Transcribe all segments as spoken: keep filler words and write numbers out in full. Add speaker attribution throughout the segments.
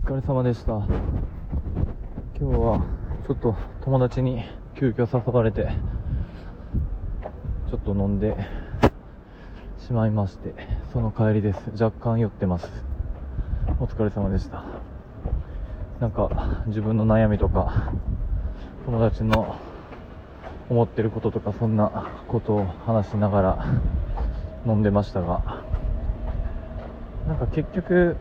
Speaker 1: 疲れ様でした。今日はちょっと友達に急遽誘われてちょっと飲んでしまいまして、その帰りです。若干酔ってます。お疲れ様でした。なんか自分の悩みとか友達の思ってることとかそんなことを話しながら飲んでましたが、なんか結局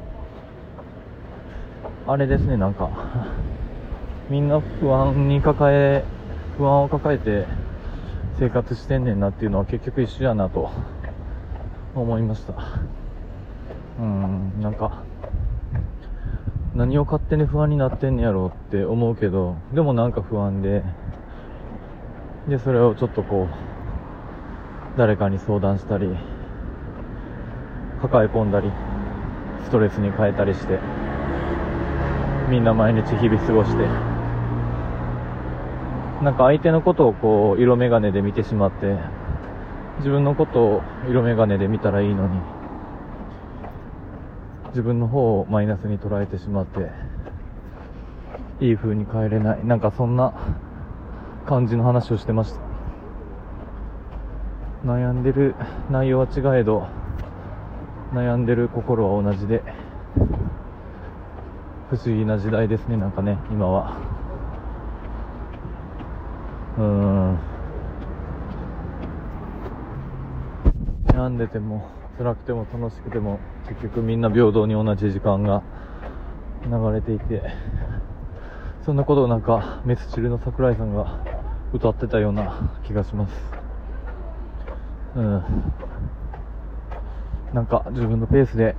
Speaker 1: あれですね、なんかみんな不安に抱え不安を抱えて生活してんねんなっていうのは結局一緒やなと思いました。うーんなんか何を勝手に不安になってんねやろうって思うけど、でもなんか不安ででそれをちょっとこう誰かに相談したり抱え込んだりストレスに変えたりして、みんな毎日日々過ごして、なんか相手のことをこう色眼鏡で見てしまって自分のことを色眼鏡で見たらいいのに自分の方をマイナスに捉えてしまっていい風に変えれない、なんかそんな感じの話をしてました。悩んでる内容は違えど悩んでる心は同じで不思議な時代ですね。なんかね、今はうーん悩んでても辛くても楽しくても結局みんな平等に同じ時間が流れていて、そんなことをなんかメスチルの桜井さんが歌ってたような気がします。うんなんか自分のペースで、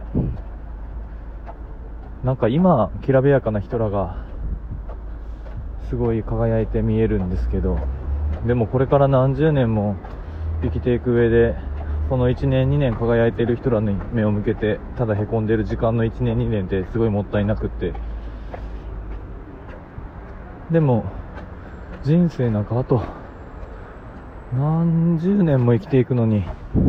Speaker 1: なんか今きらびやかな人らがすごい輝いて見えるんですけど、でもこれから何十年も生きていく上でそのいちねんにねん輝いている人らに目を向けてただへこんでる時間のいちねんにねんってすごいもったいなくって、でも人生なんかあと何十年も生きていくのに、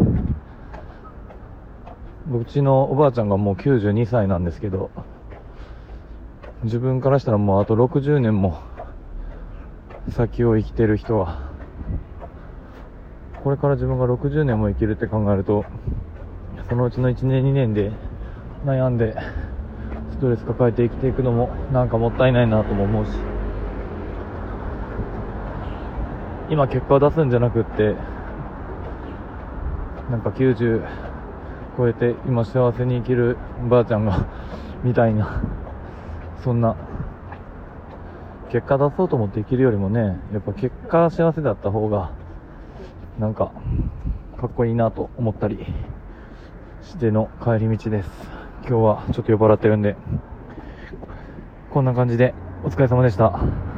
Speaker 1: うちのおばあちゃんがもうきゅうじゅうにさいなんですけど、自分からしたらもうあとろくじゅうねんも先を生きてる人は、これから自分がろくじゅうねんも生きるって考えると、そのうちのいちねんにねんで悩んでストレス抱えて生きていくのもなんかもったいないなとも思うし、今結果を出すんじゃなくって、なんかきゅうじゅう超えて今幸せに生きるばあちゃんがみたいな、そんな結果出そうと思って生きるよりもね、やっぱ結果幸せだった方がなんかかっこいいなと思ったりしての帰り道です。今日はちょっと酔っ払ってるんでこんな感じでお疲れ様でした。